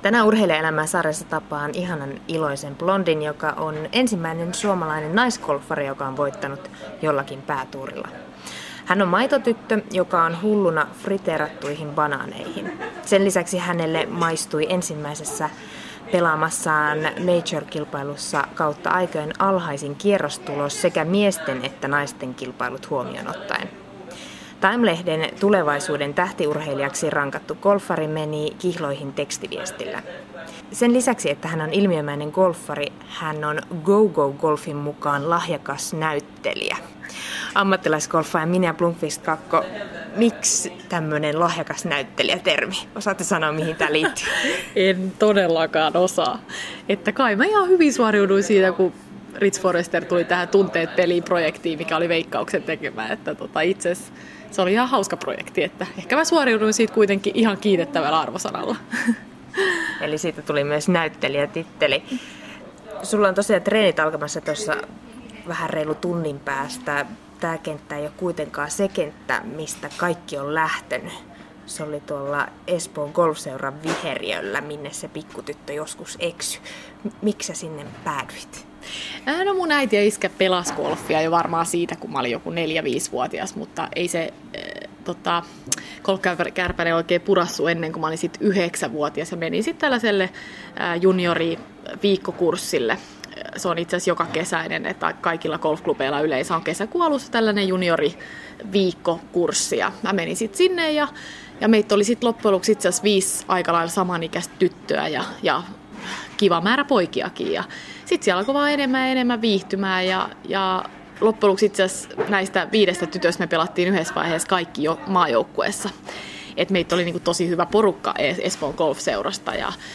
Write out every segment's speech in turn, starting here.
Tänään Urheilijaelämää sarjassa tapaan ihanan iloisen blondin, joka on ensimmäinen suomalainen naisgolfari, joka on voittanut jollakin päätuurilla. Hän on maitotyttö, joka on hulluna friteerattuihin banaaneihin. Sen lisäksi hänelle maistui ensimmäisessä pelaamassaan Major-kilpailussa kautta aikojen alhaisin kierrostulos sekä miesten että naisten kilpailut huomioon ottaen. Time-lehden tulevaisuuden tähtiurheilijaksi rankattu golfari meni kihloihin tekstiviestillä. Sen lisäksi, että hän on ilmiömäinen golfari, hän on Go-Go-golfin mukaan lahjakas näyttelijä. Ammattilaisgolfaaja Minja Blomqvist Kakko, miksi tämmöinen lahjakas näyttelijä-termi? Osaatte sanoa, mihin tämä liittyy? En todellakaan osaa. Että kai mä ihan hyvin suoriuduin siitä, kun Rich Forrester tuli tähän Tunteet peliin -projektiin, mikä oli Veikkauksen tekemä. Että itse asiassa se oli ihan hauska projekti, että ehkä mä suoriuduin siitä kuitenkin ihan kiitettävällä arvosanalla. Eli siitä tuli myös näyttelijätitteli. Sulla on tosiaan treenit alkamassa tuossa vähän reilu tunnin päästä. Tämä kenttä ei ole kuitenkaan se kenttä, mistä kaikki on lähtenyt. Se oli tuolla Espoon golfseuran viheriöllä, minne se pikkutyttö joskus eksy. Miksi sä sinne päädyit? No mun äiti ja iskä pelas golfia jo varmaan siitä, kun mä olin joku 4-5-vuotias, mutta ei se golfkärpäinen oikein purassu ennen kuin mä olin sitten 9-vuotias ja menin sitten tällaiselle juniori-viikkokurssille. Se on itse asiassa joka kesäinen, että kaikilla golfklubeilla yleensä on kesäkuun alussa tällainen juniori-viikkokurssi. Ja mä menin sitten sinne ja meitä oli sitten loppujen lopuksi itse asiassa 5 aika lailla samanikäistä tyttöä ja kiva määrä poikiakin. Ja sitten siellä alkoi vaan enemmän ja enemmän viihtymään ja loppujen lopuksi itse asiassa näistä 5 tytöstä me pelattiin yhdessä vaiheessa kaikki jo maajoukkueessa. Et meitä oli niinku tosi hyvä porukka Espoon golfseurasta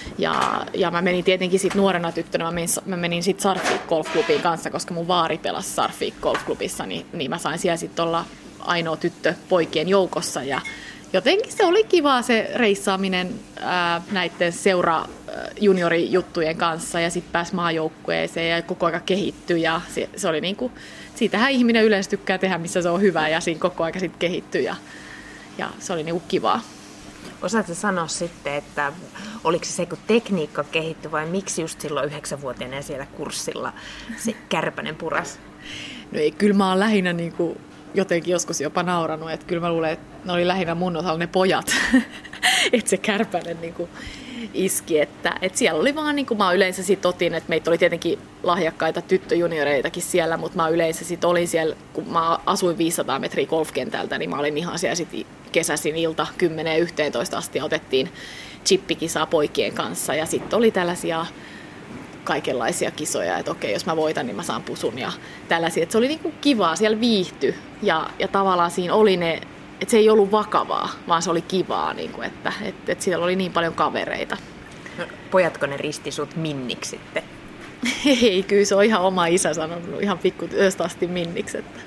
ja mä menin tietenkin sit nuorena tyttönä, mä menin sit Sarfik golfklubiin kanssa, koska mun vaari pelasi Sarfik golfklubissa, niin mä sain siellä sit olla ainoa tyttö poikien joukossa ja jotenkin se oli kivaa se reissaaminen näiden juniorijuttujen kanssa ja sitten pääsi maajoukkueeseen ja koko ajan kehittyi ja se oli niinku, siitähän ihminen yleensä tykkää tehdä, missä se on hyvä ja siinä koko ajan sitten kehittyi ja se oli niinku kivaa. Osaatko sanoa sitten, että oliko se kun tekniikka kehittyi vai miksi just silloin 9-vuotiaana siellä kurssilla se kärpänen puras? No ei, kyllä mä oon lähinnä niinku jotenkin joskus jopa nauranut, että kyllä mä luulen, että ne oli lähinnä mun osalla ne pojat, että se kärpänen niinku iski, että siellä oli vaan, niin kuin mä yleensä sit otin, että meitä oli tietenkin lahjakkaita tyttöjunioreitakin siellä, mutta mä yleensä sit olin siellä, kun mä asuin 500 metriä golfkentältä, niin mä olin ihan siellä sit kesäisin ilta 10-11 asti ja otettiin chippikisaa poikien kanssa ja sitten oli tällaisia kaikenlaisia kisoja, että okei, jos mä voitan, niin mä saan pusun ja tällaisia, että se oli niinku kivaa, siellä viihtyi ja tavallaan siinä oli ne, että se ei ollut vakavaa, vaan se oli kivaa, niinku, että siellä oli niin paljon kavereita. No, pojatko ne risti sut minniksi sitten? Ei, kyllä se on ihan oma isä sanonut ihan pikkutyöstä asti minniksi, että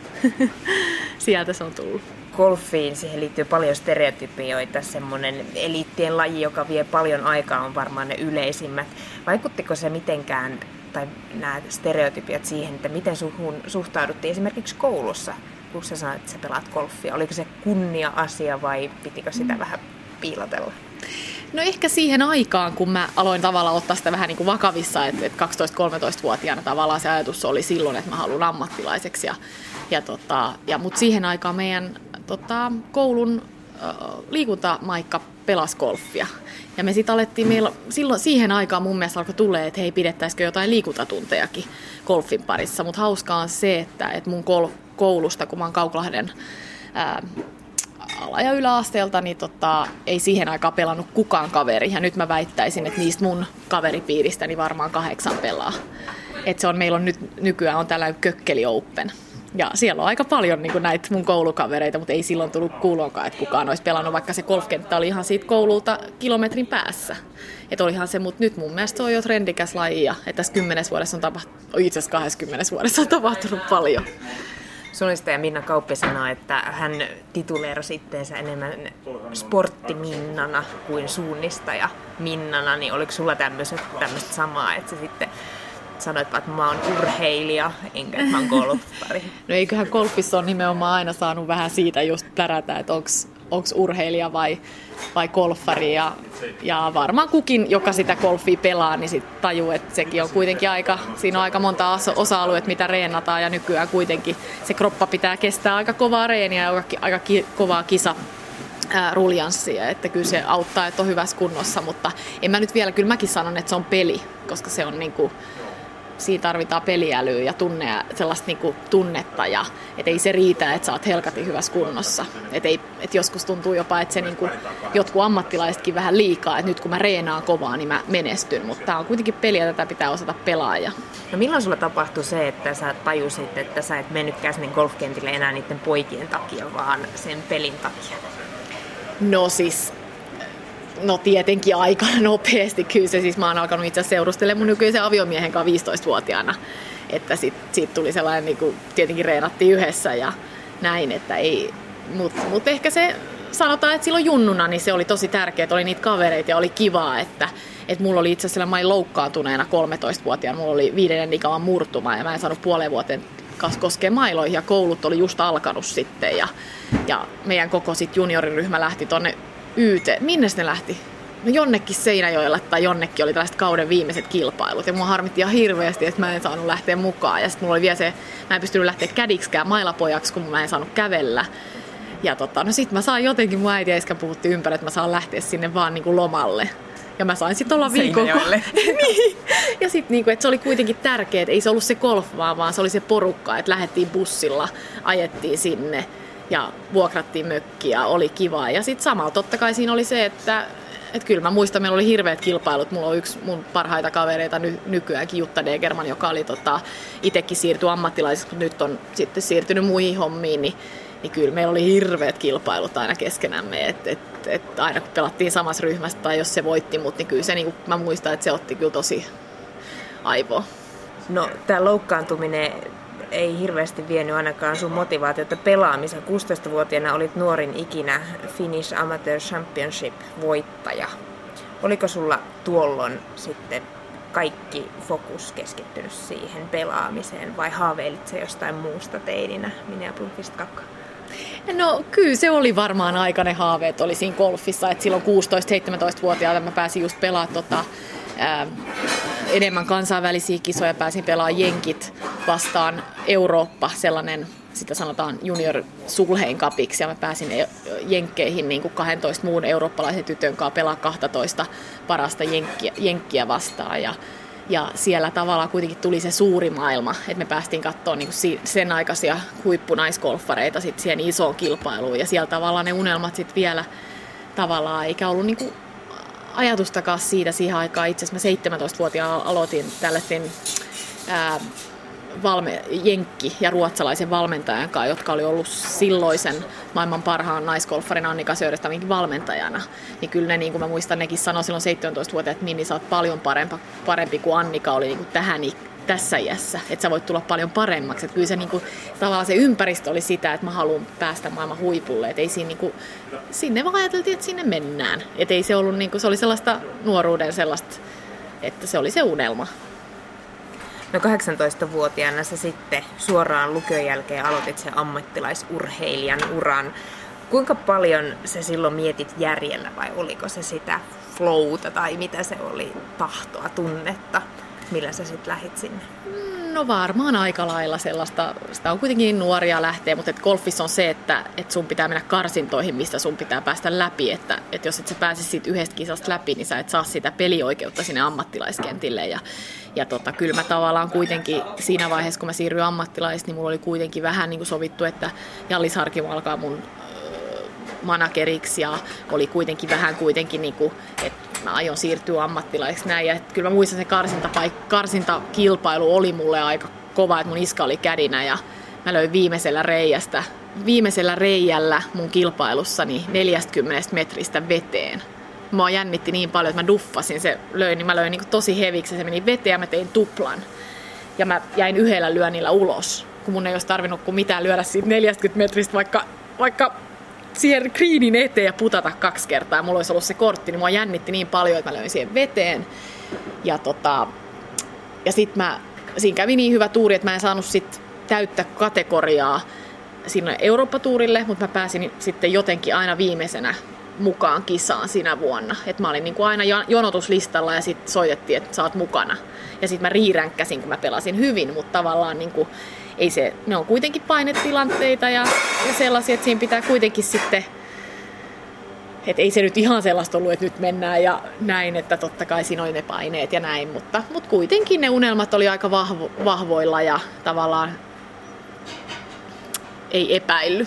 sieltä se on tullut. Golfiin siihen liittyy paljon stereotypioita, semmoinen eliittien laji, joka vie paljon aikaa, on varmaan ne yleisimmät. Vaikuttiko se mitenkään, tai nämä stereotypiat siihen, että miten suhun suhtauduttiin esimerkiksi koulussa, kun sä sanoit, että sä pelaat golfia? Oliko se kunnia-asia vai pitikö sitä vähän piilotella? No ehkä siihen aikaan, kun mä aloin tavallaan ottaa sitä vähän niin kuin vakavissa, että 12-13-vuotiaana tavallaan se ajatus oli silloin, että mä haluan ammattilaiseksi. Mutta siihen aikaan meidän koulun liikuntamaikka pelasi golfia. Ja me sitten alettiin, silloin siihen aikaan mun mielestä alkoi tulee, että hei, pidettäisikö jotain liikuntatuntejakin golfin parissa. Mutta hauskaa on se, että mun koulusta, kun mä oon Kauklahden ala- ja yläasteelta, niin ei siihen aikaan pelannut kukaan kaveri. Ja nyt mä väittäisin, että niistä mun kaveripiiristäni varmaan 8 pelaa. Meillä on nykyään on tällainen Kökkeli Open. Ja siellä on aika paljon niin kuin näitä mun koulukavereita, mutta ei silloin tullut kuuloonkaan, että kukaan olisi pelannut, vaikka se golfkenttä oli ihan siitä koululta kilometrin päässä. Että olihan se, mutta nyt mun mielestä se on jo trendikäs laji ja että tässä 10 vuodessa on tapahtunut, itse asiassa 20 vuodessa on tapahtunut paljon. Suunnistaja Minna Kauppi sanoi, että hän tituleerasi itteensä enemmän sporttiminnana kuin suunnistaja Minnana, niin oliko sulla tämmöistä samaa, että sä sitten sanoit, että mä oon urheilija, enkä että mä oon golfari? No eiköhän golfissa on nimenomaan aina saanut vähän siitä just tärätä, että onko urheilija vai golfari. Ja varmaan kukin, joka sitä golfia pelaa, niin sit tajuu, että sekin on kuitenkin siinä on aika monta osa-aluetta, mitä reenataan. Ja nykyään kuitenkin se kroppa pitää kestää aika kovaa reeniä ja aika kovaa ruljanssia, että kyllä se auttaa, että on hyvässä kunnossa, mutta en mä nyt vielä, kyllä mäkin sanon, että se on peli, koska se on niinku, siinä tarvitaan peliälyä ja sellaista niinku tunnetta, ja et ei se riitä, että sä oot helkatin hyvässä kunnossa. Et joskus tuntuu jopa, että se niinku, jotkut ammattilaisetkin vähän liikaa, että nyt kun mä reenaan kovaa, niin mä menestyn, mutta tää on kuitenkin peli ja tätä pitää osata pelaa. No milloin sulla tapahtui se, että sä tajusit, että sä et mennytkään sinne golfkentille enää niiden poikien takia, vaan sen pelin takia? No tietenkin aika nopeasti. Kyllä se siis, mä oon alkanut itse asiassa seurustelemaan mun nykyisen aviomiehen kanssa 15-vuotiaana. Että siitä tuli sellainen, niin kuin tietenkin reenattiin yhdessä ja näin, että ei. Mutta ehkä se, sanotaan, että silloin junnuna, niin se oli tosi tärkeää, että oli niitä kavereita ja oli kivaa, että mulla oli itse asiassa, mä olin loukkaantuneena 13-vuotiaana, mulla oli 5. ikavan murtuma ja mä en saanut puoleen vuoteen koskee mailoihin ja koulut oli just alkanut sitten ja meidän koko sit junioriryhmä lähti tonne minne ne lähti? No jonnekin Seinäjoella tai jonnekin oli tällaiset kauden viimeiset kilpailut ja mua harmitti ihan hirveästi, että mä en saanut lähteä mukaan ja sitten mulla oli vielä se, mä en pystynyt lähteä kädiksikään mailapojaksi, kun mä en saanut kävellä ja no sit mä saan jotenkin, mun äiti ja iskä puhutti ympäri, että mä saan lähteä sinne vaan niin kuin lomalle. Ja mä sain sitten olla viikon. Niin. Ja sitten niinku, että se oli kuitenkin tärkeää, että ei se ollut se golf vaan se oli se porukka, että lähdettiin bussilla, ajettiin sinne ja vuokrattiin mökkiä, oli kivaa. Ja sitten samalla totta kai siinä oli se, että kyllä mä muistan, meillä oli hirveät kilpailut. Mulla on yksi mun parhaita kavereita nykyäänkin, Jutta Degerman, joka oli itsekin siirtyi ammattilaiseksi, mutta nyt on sitten siirtynyt muihin hommiin, niin kyllä meillä oli hirveät kilpailut aina keskenämme, että aina kun pelattiin samassa ryhmässä tai jos se voitti mut, niin kyllä se, niin mä muistan, että se otti kyllä tosi aivoa. No tämä loukkaantuminen ei hirveästi vienyt ainakaan sun motivaatiota pelaamiseen. 16-vuotiaana olit nuorin ikinä Finnish Amateur Championship-voittaja. Oliko sulla tuolloin sitten kaikki fokus keskittynyt siihen pelaamiseen vai haaveilit se jostain muusta teininä Minneapolisista kakkoa? No kyllä se oli varmaan aikainen haave, että oli siinä golfissa, että silloin 16-17-vuotiaana mä pääsin just pelaamaan enemmän kansainvälisiä kisoja, pääsin pelaamaan jenkit vastaan Eurooppa, sellainen, sitä sanotaan junior Sulhein Cupiksi, ja mä pääsin jenkkeihin niin kuin 12 muun eurooppalaisen tytön kanssa pelaa 12 parasta jenkkiä vastaan, ja siellä tavallaan kuitenkin tuli se suuri maailma, että me päästiin katsoa niin kuin sen aikaisia huippunaisgolfareita sit siihen isoon kilpailuun, ja siellä tavallaan ne unelmat sitten vielä tavallaan, eikä ollut niin kuin ajatustakaan siitä siihen aikaan. Itse asiassa mä 17-vuotiaana aloitin tällaisen jenkki- ja ruotsalaisen valmentajan kanssa, jotka oli ollut silloisen maailman parhaan naisgolfarin Annika Söderströmin valmentajana. Niin kyllä ne, niin kuin mä muistan, nekin sanoi silloin 17-vuotiaat, että Minni, sä oot paljon parempi kuin Annika oli niin kuin tässä iässä, että sä voit tulla paljon paremmaksi. Että kyllä se, niin kuin, tavallaan se ympäristö oli sitä, että mä haluan päästä maailman huipulle. Että ei siinä, niin kuin, sinne vaan ajateltiin, että sinne mennään. Että ei se ollut, niin kuin, se oli sellaista nuoruuden sellaista, että se oli se unelma. No 18-vuotiaana sä sitten suoraan lukion jälkeen aloitit sen ammattilaisurheilijan uran. Kuinka paljon sä silloin mietit järjellä vai oliko se sitä flowta tai mitä se oli, tahtoa, tunnetta, millä sä sitten lähit sinne? No varmaan aika lailla sellaista, sitä on kuitenkin nuoria lähtee, mutta golfissa on se, että sun pitää mennä karsintoihin, mistä sun pitää päästä läpi, että jos et sä pääse siitä yhdestä kisasta läpi, niin sä et saa sitä pelioikeutta sinne ammattilaiskentille ja kyllä mä tavallaan kuitenkin siinä vaiheessa, kun mä siirryin ammattilaisiksi, niin mulla oli kuitenkin vähän niin kuin sovittu, että Jallis Harkimo alkaa mun manageriksi ja oli kuitenkin vähän niin kuin, että mä aion siirtyä ammattilaiseksi näin. Ja kyllä mä muistan, se karsintakilpailu oli mulle aika kova, että mun iska oli kädinä ja mä löin viimeisellä reiällä mun kilpailussani 40 metristä veteen. Mua jännitti niin paljon, että mä duffasin, mä löin niin tosi heviksi ja se meni veteen ja mä tein tuplan. Ja mä jäin yhdellä lyönnillä ulos, kun mun ei olisi tarvinnut kuin mitään lyödä siitä 40 metristä, vaikka siihen greenin eteen ja putata 2 kertaa. Ja mulla olisi ollut se kortti, niin mua jännitti niin paljon, että mä löin siihen veteen. Ja sit siinä kävi niin hyvä tuuri, että mä en saanut sit täyttä kategoriaa sinne Eurooppa-tuurille, mutta mä pääsin sitten jotenkin aina viimeisenä mukaan kisaan sinä vuonna. Et mä olin niin kuin aina jonotuslistalla ja sitten soitettiin, että sä oot mukana. Ja sitten mä riiränkkäsin, kun mä pelasin hyvin, mutta tavallaan niin kuin, ei se, ne on kuitenkin painetilanteita ja sellaisia, että siinä pitää kuitenkin sitten, että ei se nyt ihan sellaista ollut, että nyt mennään ja näin, että totta kai siinä oli ne paineet ja näin, mutta kuitenkin ne unelmat oli aika vahvoilla ja tavallaan ei epäilly.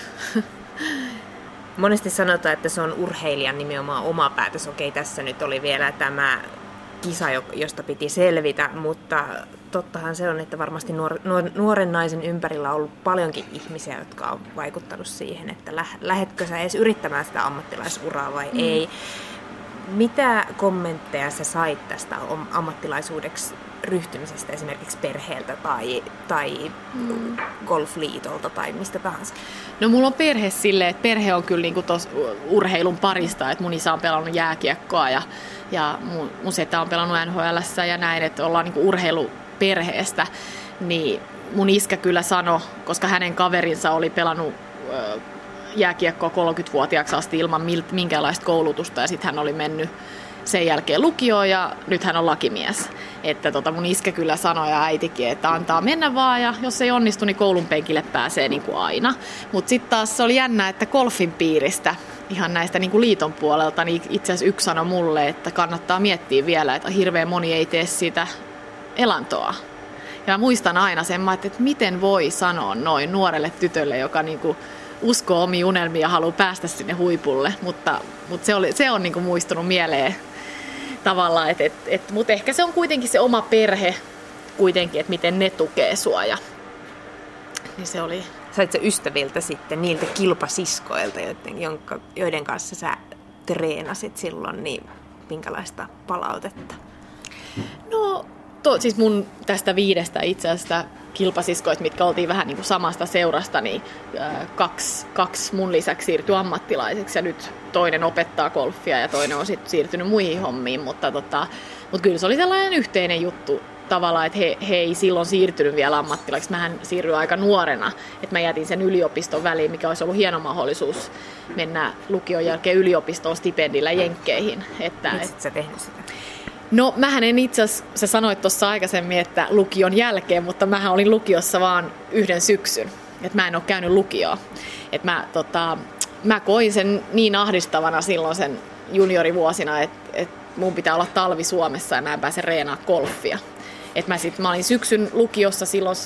Monesti sanotaan, että se on urheilijan nimenomaan oma päätös. Okei, tässä nyt oli vielä tämä kisa, josta piti selvitä, mutta tottahan se on, että varmasti nuoren naisen ympärillä on ollut paljonkin ihmisiä, jotka on vaikuttanut siihen, että lähetkö sä edes yrittämään sitä ammattilaisuraa vai ei. Mitä kommentteja sä sait tästä ammattilaisuudeksi ryhtymisestä esimerkiksi perheeltä tai golfliitolta tai mistä tahansa? No mulla on perhe silleen, että perhe on kyllä niinku tos urheilun parista, että mun isä on pelannut jääkiekkoa ja mun setä on pelannut NHL:ssä ja näin, että ollaan niinku urheiluperheestä, niin mun iskä kyllä sanoi, koska hänen kaverinsa oli pelannut jääkiekkoa 30-vuotiaaksi asti ilman minkäänlaista koulutusta ja sitten hän oli mennyt sen jälkeen lukioon ja nyt hän on lakimies. Että mun iskä kyllä sanoi ja äitikin, että antaa mennä vaan ja jos ei onnistu, niin koulun penkille pääsee niin kuin aina. Mutta sitten taas se oli jännä, että golfin piiristä, ihan näistä niin kuin liiton puolelta, niin itse asiassa yksi sanoi mulle, että kannattaa miettiä vielä, että hirveän moni ei tee siitä elantoa. Ja muistan aina sen, että miten voi sanoa noin nuorelle tytölle, joka niin kuin uskoo omiin unelmiin ja haluaa päästä sinne huipulle, mutta se on niin kuin muistunut mieleen tavallaan, mutta ehkä se on kuitenkin se oma perhe kuitenkin, että miten ne tukee sua ja niin se oli. Sait sä ystäviltä sitten, niiltä kilpasiskoilta, joiden kanssa sä treenasit silloin, niin minkälaista palautetta? No siis mun tästä 5 itse asiassa kilpasiskoista, mitkä oltiin vähän niin kuin samasta seurasta, niin kaksi mun lisäksi siirtyi ammattilaiseksi ja nyt toinen opettaa golfia ja toinen on sitten siirtynyt muihin hommiin, mutta kyllä se oli sellainen yhteinen juttu tavallaan, että he ei silloin siirtynyt vielä ammattilaiseksi. Mähän siirryin aika nuorena, että mä jätin sen yliopiston väliin, mikä olisi ollut hieno mahdollisuus mennä lukion jälkeen yliopiston stipendillä Jenkkeihin. Miksi sä tehnyt sitä? No mähän en itse asiassa, sä sanoit tuossa aikaisemmin, että lukion jälkeen, mutta mähän olin lukiossa vaan 1 syksyn, että mä en ole käynyt lukioon. Että mä koin sen niin ahdistavana silloin sen juniorivuosina, että mun pitää olla talvi Suomessa ja mä en pääse reenaa golfia. Että mä olin syksyn lukiossa silloin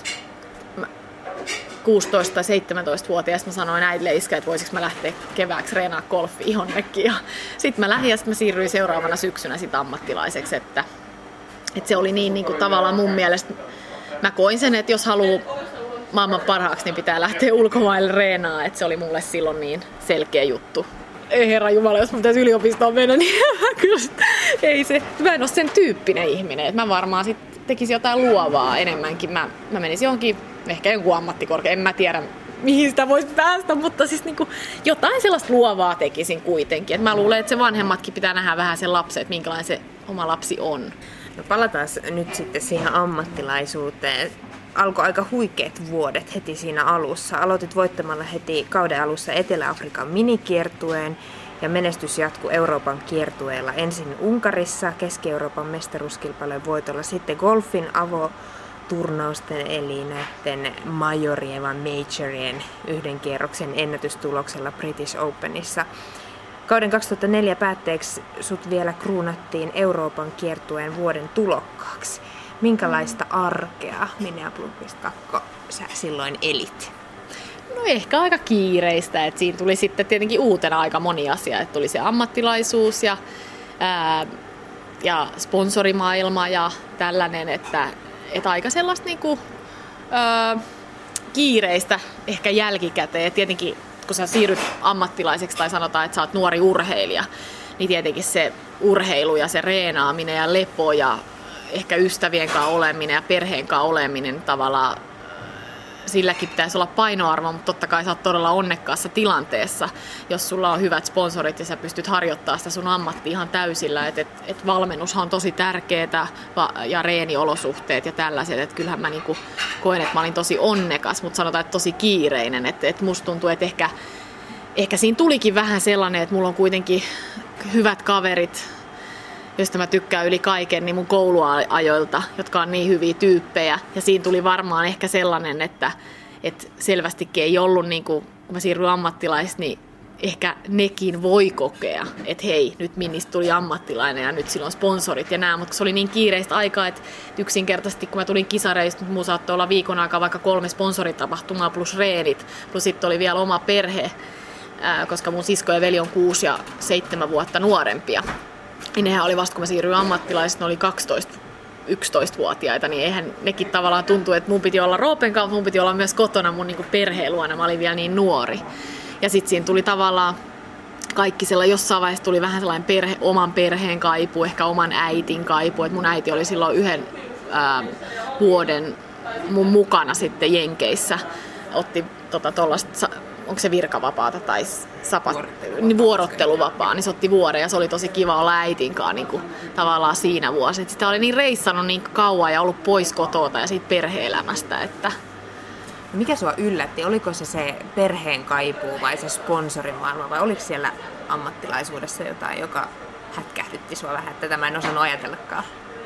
16- tai 17-vuotiaasta, mä sanoin äidille iskä, että voisiko mä lähteä kevääksi reenaa golfia jonnekin. Sitten mä lähdin ja sitten mä siirryin seuraavana syksynä sit ammattilaiseksi. Että se oli niin kuin tavallaan mun mielestä, mä koin sen, että jos haluaa maailman parhaaksi, niin pitää lähteä ulkomaille reenaa. Että se oli mulle silloin niin selkeä juttu. Ei herra jumala, jos mä pitäisi yliopistoon mennä, niin mä en ole sen tyyppinen ihminen. Että mä varmaan sit tekisin jotain luovaa enemmänkin. Mä menisin johonkin, ehkä jonkun ammattikorkean, en mä tiedä mihin sitä voisi päästä, mutta siis niin kuin jotain sellaista luovaa tekisin kuitenkin. Et mä luulen, että se vanhemmatkin pitää nähdä vähän sen lapsen, että minkälainen se oma lapsi on. No palataan nyt sitten siihen ammattilaisuuteen. Alkoi aika huikeat vuodet heti siinä alussa. Aloitit voittamalla heti kauden alussa Etelä-Afrikan minikiertueen ja menestys jatkui Euroopan kiertueella. Ensin Unkarissa Keski-Euroopan mestaruuskilpailujen voitolla, sitten golfin avoturnausten eli näiden majorien vai majorien 1 kierroksen ennätystuloksella British Openissa. Kauden 2004 päätteeksi sut vielä kruunattiin Euroopan kiertueen vuoden tulokkaaksi. Minkälaista arkea Minneapolis 2 sä silloin elit? No ehkä aika kiireistä, että siinä tuli sitten tietenkin uutena aika moni asia, että tuli se ammattilaisuus ja sponsorimaailma ja tällainen, että aika sellaista niinku, kiireistä ehkä jälkikäteen. Ja tietenkin kun sä siirryt ammattilaiseksi tai sanotaan, että sä oot nuori urheilija, niin tietenkin se urheilu ja se reenaaminen ja lepo ja ehkä ystävien kanssa oleminen ja perheen kanssa oleminen tavallaan silläkin pitäisi olla painoarvo, mutta totta kai sä oot todella onnekkaassa tilanteessa, jos sulla on hyvät sponsorit ja sä pystyt harjoittamaan sitä sun ammattia ihan täysillä. Et valmennushan on tosi tärkeää ja reeniolosuhteet ja tällaiset. Et kyllähän mä niinku koen, että mä olin tosi onnekas, mutta sanotaan, että tosi kiireinen. Et musta tuntuu, että ehkä siinä tulikin vähän sellainen, että mulla on kuitenkin hyvät kaverit, josta mä tykkään yli kaiken, niin mun kouluajoilta, jotka on niin hyviä tyyppejä. Ja siinä tuli varmaan ehkä sellainen, että selvästikin ei ollut, niin kun mä siirryin ammattilaisiksi, niin ehkä nekin voi kokea, että hei, nyt Minnistä tuli ammattilainen ja nyt sillä on sponsorit ja nää. Mutta se oli niin kiireistä aikaa, että yksinkertaisesti kun mä tulin kisareista, mun saattoi olla viikon aikaa vaikka 3 sponsoritapahtumaa plus reenit. Plus sitten oli vielä oma perhe, koska mun sisko ja veli on 6 ja 7 vuotta nuorempia. Ja nehän oli vasta, kun mä siirryin ammattilaisista, ne oli 12-11-vuotiaita, niin eihän nekin tavallaan tuntui, että mun piti olla Roopen kanssa, mun piti olla myös kotona mun niinku perheen luona, mä olin vielä niin nuori. Ja sitten siinä tuli tavallaan kaikki sellainen, jossain vaiheessa tuli vähän sellainen oman perheen kaipu, ehkä oman äitin kaipu, että mun äiti oli silloin 1 vuoden mun mukana sitten Jenkeissä, otti tollaista, onko se virkavapaata tai vuorotteluvapaa, niin se otti vuoden ja se oli tosi kiva olla äitinkaan niin kuin, tavallaan siinä vuosi. Sitä oli niin reissannut niin kauan ja ollut pois kotota ja siitä perhe-elämästä. Että... Mikä sua yllätti? Oliko se perheen kaipuu vai se sponsorin maailma vai oliko siellä ammattilaisuudessa jotain, joka hätkähdytti sua vähän, että tämä en osannut ajatellakaan?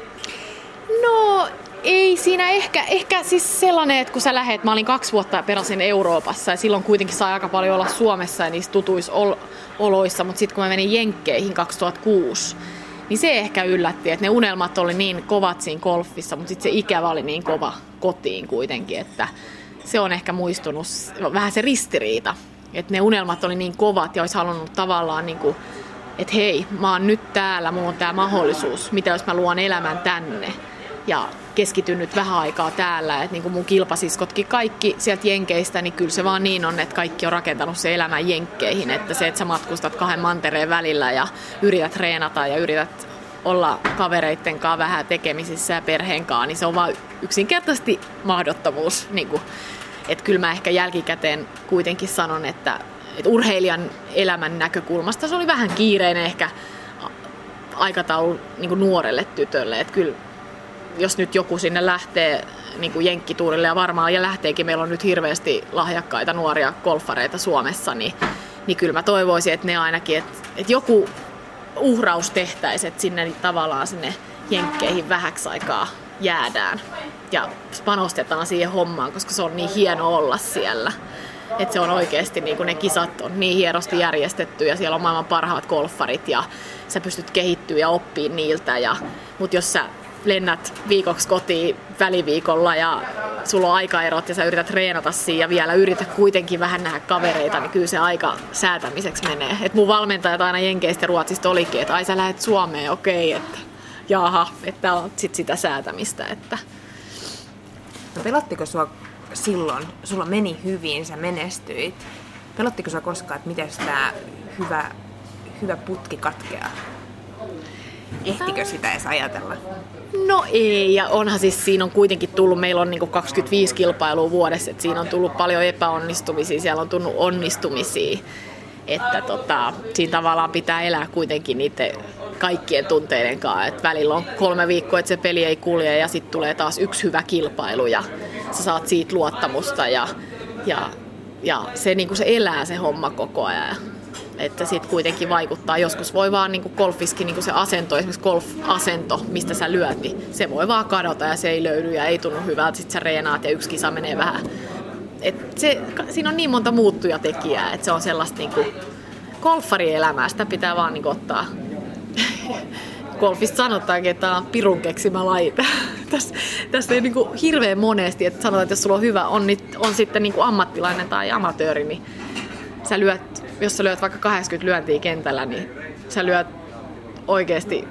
No ei siinä ehkä siis sellainen, että kun sä lähet, mä olin 2 vuotta peräisin Euroopassa ja silloin kuitenkin sai aika paljon olla Suomessa ja niissä tutuissa oloissa, mutta sitten kun mä menin Jenkkeihin 2006, niin se ehkä yllätti, että ne unelmat oli niin kovat siinä golfissa, mutta sitten se ikävä oli niin kova kotiin kuitenkin, että se on ehkä muistunut vähän se ristiriita, että ne unelmat oli niin kovat ja olisi halunnut tavallaan niin kuin, että hei, mä oon nyt täällä, mulla on tää mahdollisuus, mitä jos mä luon elämän tänne. Ja keskityn nyt vähän aikaa täällä, että niin kuin mun kilpasiskotkin kaikki sieltä Jenkeistä, niin kyllä se vaan niin on, että kaikki on rakentanut se elämän Jenkkeihin, että se, että sä matkustat 2 mantereen välillä ja yrität treenata ja yrität olla kavereitten kanssa vähän tekemisissä ja perheen kanssa, niin se on vaan yksinkertaisesti mahdottomuus. Niin kuin, että kyllä mä ehkä jälkikäteen kuitenkin sanon, että urheilijan elämän näkökulmasta se oli vähän kiireinen ehkä aikataulu niin kuin nuorelle tytölle, että kyllä jos nyt joku sinne lähtee niin kuin jenkkituurille ja varmaan ja lähteekin, meillä on nyt hirveästi lahjakkaita nuoria golfareita Suomessa, niin kyllä mä toivoisin, että ne ainakin, että joku uhraus tehtäisiin, että sinne tavallaan sinne jenkkeihin vähäksi aikaa jäädään ja panostetaan siihen hommaan, koska se on niin hieno olla siellä. Että se on oikeasti, niin kuin ne kisat on niin hienosti järjestetty ja siellä on maailman parhaat golfarit ja sä pystyt kehittyä ja oppii niiltä. Mutta jos sä lennät viikoksi kotiin väliviikolla ja sulla on aikaerot ja sä yrität treenata siinä ja vielä yrität kuitenkin vähän nähdä kavereita, niin kyllä se aika säätämiseksi menee. Et mun valmentajat aina Jenkeistä ja Ruotsista olikin, että ai sä lähdet Suomeen, okei, että jaha, että on sit sitä säätämistä. Että. No pelottiko sua silloin, sulla meni hyvin, sä menestyit, pelottiko sua koskaan, että miten tää hyvä putki katkeaa? Ehtikö sitä edes ajatella? No ei, ja onhan siis siinä on kuitenkin tullut, meillä on niinku 25 kilpailua vuodessa, että siinä on tullut paljon epäonnistumisia, siellä on tullut onnistumisia, että siinä tavallaan pitää elää kuitenkin niiden kaikkien tunteiden kanssa, että välillä on 3 viikkoa, että se peli ei kulje ja sitten tulee taas 1 hyvä kilpailu ja sä saat siitä luottamusta ja se, niinku se elää se homma koko ajan. Että sit kuitenkin vaikuttaa. Joskus voi vaan niinku golfiskin niinku se asento, esimerkiksi golf-asento, mistä sä lyöt, niin se voi vaan kadota ja se ei löydy ja ei tunnu hyvältä. Sit sä reenaat ja 1 kisa menee vähän. Siinä on niin monta muuttujatekijää, että se on sellaista niinku golfarielämää. Sitä pitää vaan niinku ottaa. Golfista sanotaankin, että tämä on pirun keksimä laji. Tässä ei niinku hirveän monesti, että sanotaan, että jos sulla on hyvä, on sitten niinku ammattilainen tai amatööri, niin sä lyöt, jos sä lyöt vaikka 80 lyöntiä kentällä, niin sä lyöt oikeasti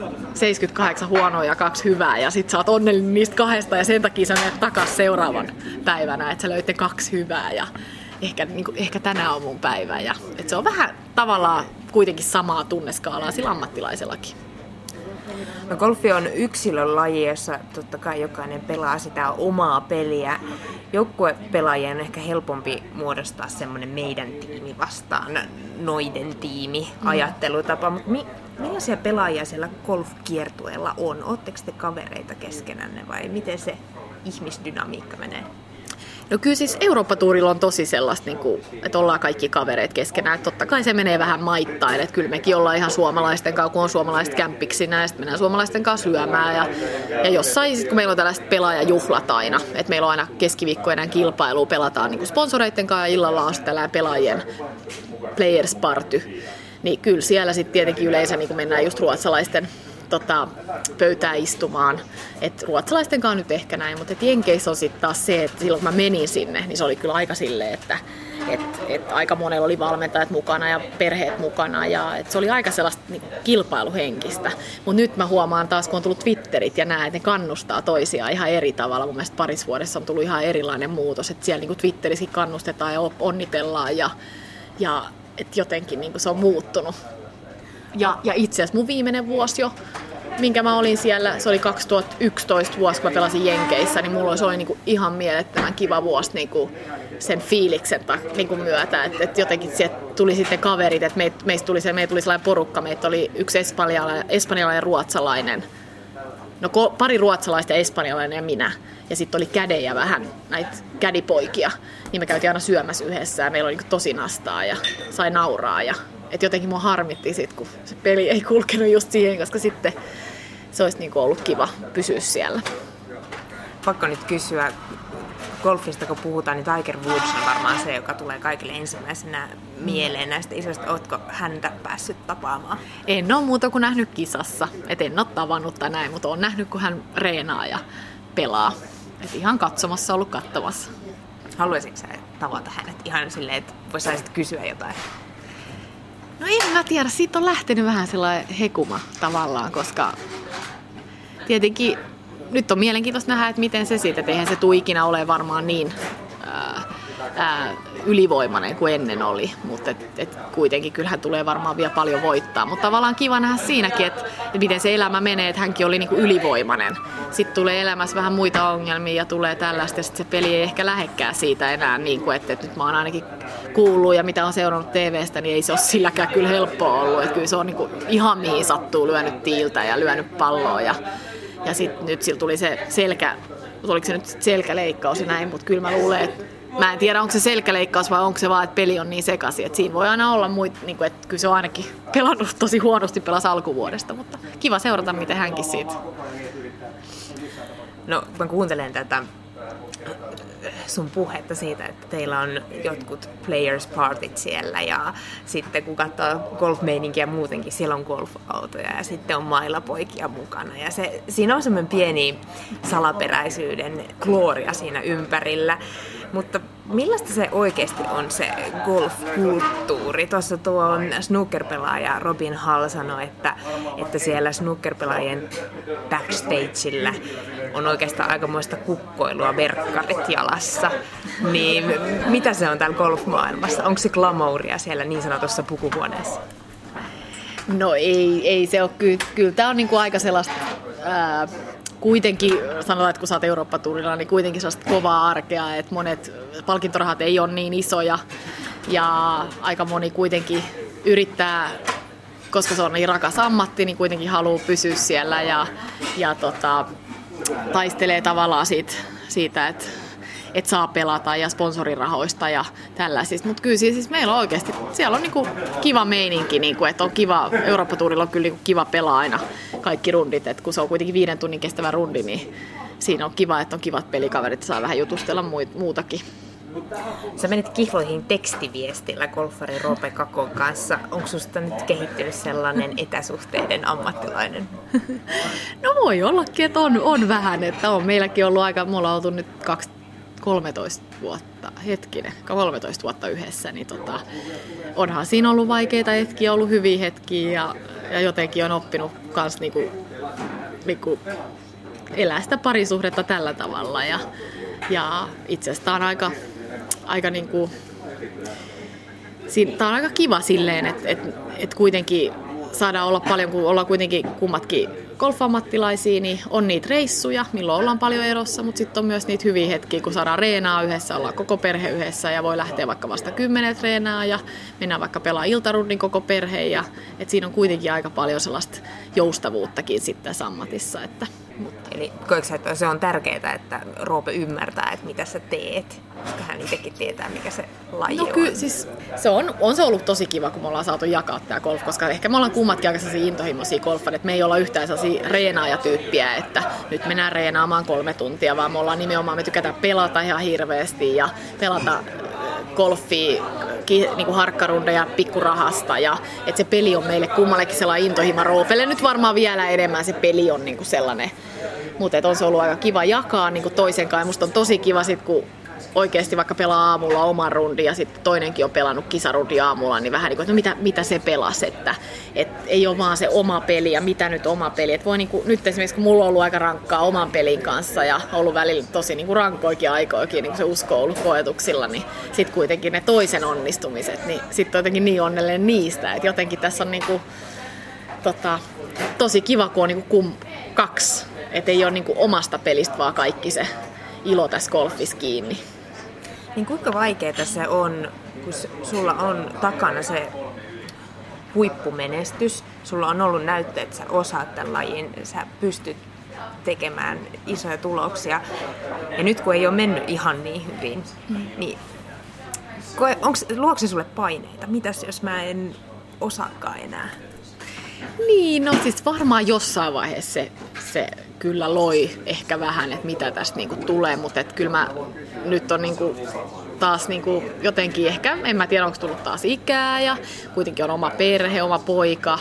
78 huonoa ja 2 hyvää ja sit sä oot onnellinen niistä 2 ja sen takia sä menet takas seuraavan päivänä, että sä löytte 2 hyvää ja ehkä tänään on mun päivä. Ja, että se on vähän tavallaan kuitenkin samaa tunneskaalaa sillä ammattilaisellakin. No golfi on yksilölaji, jossa totta kai jokainen pelaa sitä omaa peliä. Joukkuepelaajien on ehkä helpompi muodostaa semmoinen meidän tiimi vastaan noiden tiimi ajattelutapa, mutta millaisia pelaajia siellä golfkiertueella on? Oletteko te kavereita keskenänne vai miten se ihmisdynamiikka menee? No kyllä siis Eurooppa-tuurilla on tosi sellaista, että ollaan kaikki kavereet keskenään. Totta kai se menee vähän maittain, että kyllä mekin ollaan ihan suomalaisten kanssa, kun on suomalaiset kämppiksinä ja sitten mennään suomalaisten kanssa syömään. Ja jossain, sit kun meillä on tällaiset pelaajajuhlat aina, että meillä on aina keskiviikkoinen kilpailu, pelataan niin sponsoreiden kanssa ja illalla on tällainen pelaajien players party. Niin kyllä siellä sitten tietenkin yleensä niin mennään just ruotsalaisten pöytään istumaan. Et ruotsalaisten kanssa nyt ehkä näin, mutta Jenkeissä on sitten taas se, että silloin kun mä menin sinne, niin se oli kyllä aika silleen, että aika monella oli valmentajat mukana ja perheet mukana ja se oli aika sellaista niin kilpailuhenkistä. Mutta nyt mä huomaan taas, kun on tullut Twitterit ja näin, että ne kannustaa toisiaan ihan eri tavalla. Mun mielestä parissa vuodessa on tullut ihan erilainen muutos, että siellä niin Twitterissä kannustetaan ja onnitellaan ja että jotenkin niin se on muuttunut. Ja itse asiassa mun viimeinen vuosi jo, minkä mä olin siellä, se oli 2011 vuosi, kun mä pelasin Jenkeissä, niin mulla oli niin ihan mielettömän kiva vuosi niin sen fiiliksen niin myötä. Että jotenkin sieltä tuli sitten kaverit, että meistä tuli sellainen porukka, meitä oli yksi espanjalainen ja ruotsalainen. No pari ruotsalaista ja espanjalainen ja minä. Ja sitten oli kädejä vähän, näitä kädipoikia. Niin me käytiin aina syömässä yhdessä ja meillä oli niin tosi nastaa ja sai nauraa. Että jotenkin mua harmitti sit, kun se peli ei kulkenut just siihen, koska sitten se olisi niin ollut kiva pysyä siellä. Pakko nyt kysyä, golfista kun puhutaan, niin Tiger Woods on varmaan se, joka tulee kaikille ensimmäisenä mieleen näistä isoista. Ootko häntä päässyt tapaamaan? En ole muuta kuin nähnyt kisassa. Et en ole tavannut tai näin, mutta olen nähnyt, kun hän reenaa ja pelaa. Et ihan katsomassa, ollut katsomassa. Haluaisitko sä tavata hänet ihan silleen, että saisit kysyä jotain? No en mä tiedä, siitä on lähtenyt vähän sellainen hekuma tavallaan, koska tietenkin nyt on mielenkiintoista nähdä, että miten se siitä, että eihän se tule ikinä ole varmaan niin ylivoimainen kuin ennen oli, mutta et kuitenkin kyllähän tulee varmaan vielä paljon voittaa, mutta tavallaan kiva nähdä siinäkin, että miten se elämä menee, että hänkin oli niinku ylivoimainen. Sitten tulee elämässä vähän muita ongelmia ja tulee tällaista ja sitten se peli ei ehkä lähekkää siitä enää, niin kuin, että nyt mä oon ainakin kuullut ja mitä on seurannut TV:stä, niin ei se ole silläkään kyllä helppoa ollut, että kyllä se on niinku ihan mihin sattuu lyönyt tiiltä ja lyönyt palloa ja sitten nyt sillä tuli se oliko se nyt selkäleikkaus ja näin, mutta kyllä mä luulen, että mä en tiedä, onko se selkäleikkaus vai onko se vaan, että peli on niin sekaisin. Että siinä voi aina olla muita, niin että kyllä se on ainakin pelannut tosi huonosti pelasi alkuvuodesta, mutta kiva seurata, miten hänkin siitä. No, mä kuuntelen tätä sun puhetta siitä, että teillä on jotkut players partit siellä ja sitten kun katsoo golfmeininkiä muutenkin, siellä on golfautoja ja sitten on mailapoikia mukana ja siinä on semmoinen pieni salaperäisyyden glooria siinä ympärillä. Mutta millaista se oikeasti on se golfkulttuuri? Tuossa tuo snookerpelaaja Robin Hall sanoi, että siellä snookerpelaajien backstageillä on oikeastaan aikamoista kukkoilua, verkkarit jalassa. Niin mitä se on täällä golfmaailmassa? Onko se glamouria siellä niin sanotussa pukuhuoneessa? No ei se ole. Kyllä tämä on niinku aika sellaista... Kuitenkin sanotaan, että kun sä oot Eurooppa-tuurilla, niin kuitenkin sellaista kovaa arkea, että monet palkintorahat ei ole niin isoja ja aika moni kuitenkin yrittää, koska se on niin rakas ammatti, niin kuitenkin haluaa pysyä siellä ja taistelee tavallaan siitä että saa pelata ja sponsorirahoista ja tällaisista. Mutta kyllä siis meillä on oikeasti, siellä on niinku kiva meininki, niinku, että on kiva, Eurooppa-tuurilla on kyllä niinku kiva pelaa aina kaikki rundit, että kun se on kuitenkin 5 tunnin kestävä rundi, niin siinä on kiva, että on kivat pelikaverit ja saa vähän jutustella muutakin. Sä menit kihloihin tekstiviestillä golfari Roope Kakon kanssa. Onko susta nyt kehittynyt sellainen etäsuhteiden ammattilainen? No voi ollakin, että on vähän, että on meilläkin ollut me ollaan oltu nyt 13 vuotta yhdessä, niin onhan siinä ollut vaikeita hetkiä, ollut hyviä hetkiä ja jotenkin on oppinut kans niinku elää sitä parisuhdetta tällä tavalla ja itse asiassa tää on aika niinku tää on aika kiva silleen, että kuitenkin saadaan olla paljon, kun ollaan kuitenkin kummatkin golf-ammattilaisia, niin on niitä reissuja, milloin ollaan paljon erossa, mutta sitten on myös niitä hyviä hetkiä, kun saadaan reenaa yhdessä, ollaan koko perhe yhdessä ja voi lähteä vaikka vasta 10 treenaa ja mennään vaikka pelaa iltarundin koko perhe. Ja, siinä on kuitenkin aika paljon sellaista joustavuuttakin sitten tässä ammatissa. Eli koetko sä, että se on tärkeää, että Roope ymmärtää, että mitä sä teet? Koska hän itsekin tietää, mikä se laji on. Kyllä, siis se on ollut tosi kiva, kun me ollaan saatu jakaa tämä golf, koska ehkä me ollaan kummatkin aika sellaisia intohimoisia golfareita, että me ei olla yhtään sellaisia reenaajatyyppiä, että nyt mennään reenaamaan 3 tuntia, vaan me ollaan nimenomaan, me tykätään pelata ihan hirveästi ja pelata golfia, niin kuin harkkarundeja pikkurahasta ja että se peli on meille kummallekin sellainen intohima. Roopelle nyt varmaan vielä enemmän se peli on niin kuin sellainen, mutta on se ollut aika kiva jakaa niin kuin toisen kanssa. Musta on tosi kiva sit, kun oikeasti vaikka pelaa aamulla oman rundin ja sitten toinenkin on pelannut kisarundin aamulla, niin vähän niin kuin, että mitä se pelasi, että ei ole vaan se oma peli ja mitä nyt oma peli. Että voi niin kuin, nyt esimerkiksi kun mulla on ollut aika rankkaa oman pelin kanssa ja ollut välillä tosi niin kuin rankkoikin aikoikin, niin kuin se usko on ollut koetuksilla, niin sitten kuitenkin ne toisen onnistumiset, niin sitten jotenkin niin onnellinen niistä, että jotenkin tässä on niin kuin, tosi kiva, kun on niin kuin kaksi, että ei ole niin kuin omasta pelistä vaan kaikki se ilo tässä golfissa kiinni. Niin kuinka vaikeaa se on, kun sulla on takana se huippumenestys, sulla on ollut näyttö, että sä osaat tämän lajin, sä pystyt tekemään isoja tuloksia, ja nyt kun ei ole mennyt ihan niin hyvin, niin luoko se sulle paineita? Mitäs jos mä en osaakaan enää? Niin, no siis varmaan jossain vaiheessa se kyllä loi ehkä vähän, että mitä tästä niinku tulee, mutta et kyllä mä nyt on niinku taas niinku jotenkin ehkä, en mä tiedä onko tullut taas ikää ja kuitenkin on oma perhe, oma poika,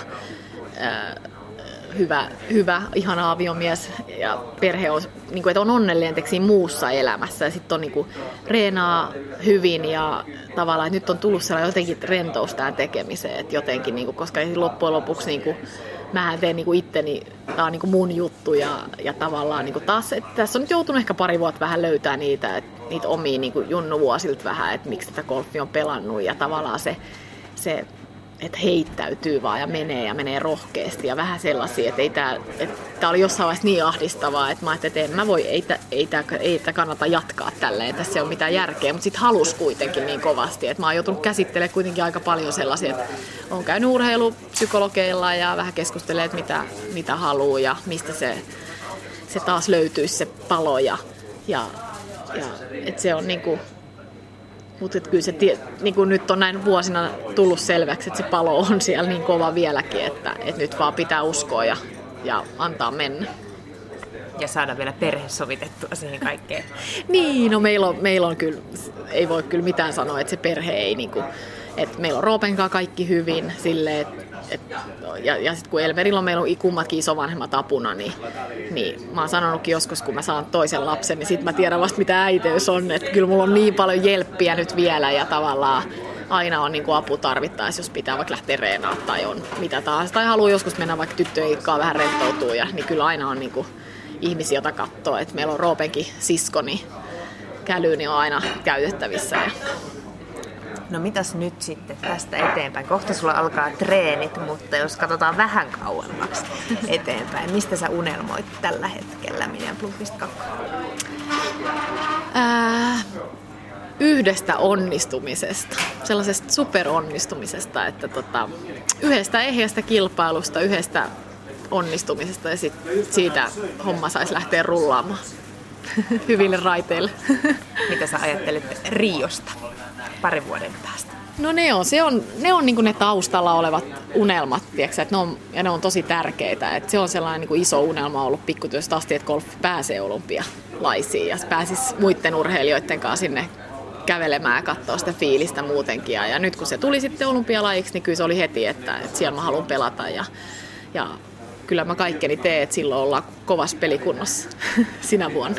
hyvä, ihana aviomies ja perhe on, niinku, että on onnellinen muussa elämässä ja sitten on niinku reenaa hyvin ja tavallaan, että nyt on tullut sellainen jotenkin rentous tähän tekemiseen, että jotenkin, niinku, koska loppujen lopuksi niinku, mähän teen niinku itteni, tää on niinku mun juttu ja tavallaan niinku taas, että tässä on nyt joutunut ehkä pari vuotta vähän löytää niitä omia niinku junnuvuosilta vähän, että miksi tätä golfia on pelannut ja tavallaan se että heittäytyy vaan ja menee rohkeasti ja vähän sellaisia, että tää oli jossain vaiheessa niin ahdistavaa, että mä ajattelin, että en mä voi, ei tää kannata jatkaa tälleen, että tässä ei ole mitään järkeä, mutta sitten halus kuitenkin niin kovasti, että mä oon joutunut käsittelemään kuitenkin aika paljon sellaisia, että oon käynyt urheilupsykologeilla ja vähän keskustelee, että mitä haluaa ja mistä se taas löytyisi se palo ja että se on niinku. Mutta kyllä se niin kuin nyt on näin vuosina tullut selväksi, että se palo on siellä niin kova vieläkin, että nyt vaan pitää uskoa ja antaa mennä. Ja saada vielä perhe sovitettua siihen kaikkeen. Niin, no meillä on kyllä, ei voi kyllä mitään sanoa, että se perhe ei niinku, että meillä on Roopen kanssa kaikki hyvin silleen, ja sitten kun Elmerillä on meillä on kummatkin isovanhemmat apuna, niin mä oon sanonutkin joskus, kun mä saan toisen lapsen, niin sit mä tiedän vasta mitä äiteys on, että kyllä mulla on niin paljon jelppiä nyt vielä ja tavallaan aina on niin kuin apu tarvittaessa, jos pitää vaikka lähteä reenaamaan tai on mitä tahansa. Tai haluaa joskus mennä vaikka tyttöjen kanssa vähän rentoutua, niin kyllä aina on niin kuin ihmisiä, jota katsoo. Et meillä on Roopenkin sisko, niin Kälyni on aina käytettävissä. No mitäs nyt sitten tästä eteenpäin? Kohta sulla alkaa treenit, mutta jos katsotaan vähän kauemmaksi eteenpäin, mistä sä unelmoit tällä hetkellä meidän Bluefist 2? Yhdestä onnistumisesta, sellaisesta superonnistumisesta, että yhdestä ehjästä kilpailusta, yhdestä onnistumisesta ja siitä homma saisi lähteä rullaamaan hyville raiteille. Mitä sä ajattelet Riosta parin vuoden päästä? No ne on niin ne taustalla olevat unelmat, tiiäksä, että ne on tosi tärkeitä. Että se on sellainen niin iso unelma ollut pikkutyöstä asti, että golf pääsee olympialaisiin ja pääsisi muiden urheilijoiden kanssa sinne kävelemään ja katsoa sitä fiilistä muutenkin. Ja nyt kun se tuli sitten olympialajiksi, niin kyllä se oli heti, että siellä mä haluan pelata ja kyllä mä kaikkeni teen, että silloin ollaan kovassa pelikunnossa sinä vuonna.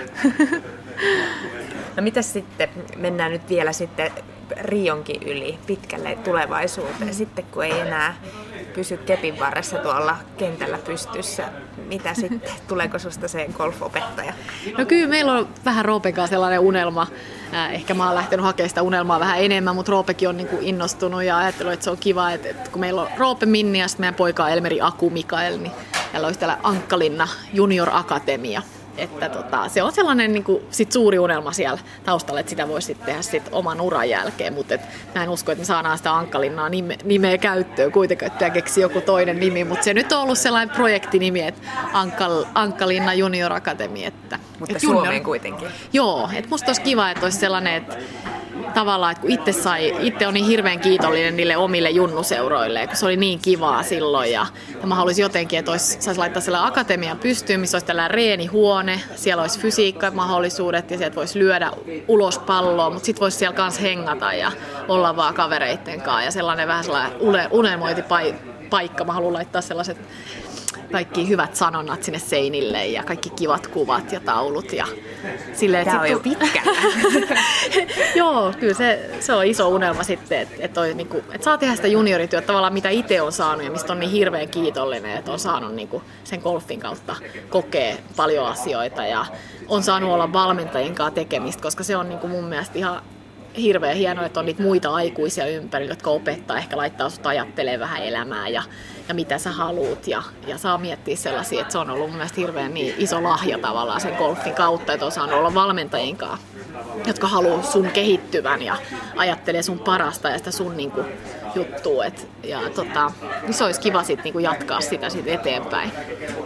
No mitäs sitten, mennään nyt vielä sitten Rionkin yli pitkälle tulevaisuuteen, sitten kun ei enää pysy kepin varressa tuolla kentällä pystyssä. Mitä sitten? Tuleeko susta se golfopettaja? No kyllä meillä on vähän Roopen kanssa sellainen unelma. Ehkä mä oon lähtenyt hakemaan sitä unelmaa vähän enemmän, mutta Roopekin on niinku innostunut ja ajatellut, että se on kiva, että kun meillä on Roope Minni ja sitten meidän poika Elmeri Aku Mikael, niin ja olisi täällä Ankkalinna Junior Akatemia. Että se on sellainen niin kuin, sit suuri unelma siellä taustalla, että sitä voisi tehdä sit oman uran jälkeen, mutta mä en usko, että me saadaan sitä Ankkalinnaa nimeä käyttöön kuitenkaan, että keksi joku toinen nimi, mutta se nyt on ollut sellainen projektinimi, että Ankkalinna Junior Academy. Mutta Suomeen kuitenkin. Joo, että musta olisi kiva, että olisi sellainen, että tavallaan, että kun itse on niin hirveän kiitollinen niille omille junnuseuroille, kun se oli niin kivaa silloin ja mä haluaisin jotenkin, että saisi laittaa sellainen akatemian pystyyn, missä olisi tällainen reenihuone, siellä olisi fysiikkamahdollisuudet ja sieltä voisi lyödä ulos palloa, mutta sitten voisi siellä kanssa hengata ja olla vaan kavereitten kanssa ja sellainen vähän sellainen unelmointipaikka. Mä haluan laittaa sellaiset kaikki hyvät sanonnat sinne seinille ja kaikki kivat kuvat ja taulut. Ja silleen, tämä on jo pitkällä. Joo, kyllä se on iso unelma sitten, että saa tehdä sitä juniorityötä tavallaan mitä itse on saanut ja mistä on niin hirveän kiitollinen, että on saanut niinku sen golfin kautta kokea paljon asioita ja on saanut olla valmentajien kanssa tekemistä, koska se on niinku mun mielestä ihan hirveän hienoa, että on niitä muita aikuisia ympärillä, jotka opettaa, ehkä laittaa sut ajattelemaan vähän elämää ja mitä sä haluut ja saa miettiä sellaisia, että se on ollut mun mielestä hirveän niin iso lahja tavallaan sen golfin kautta, että on saanut olla valmentajien kanssa, jotka haluaa sun kehittyvän ja ajattelee sun parasta ja sitä sun niinku juttua. Niin se olisi kiva sit niinku jatkaa sitä sit eteenpäin.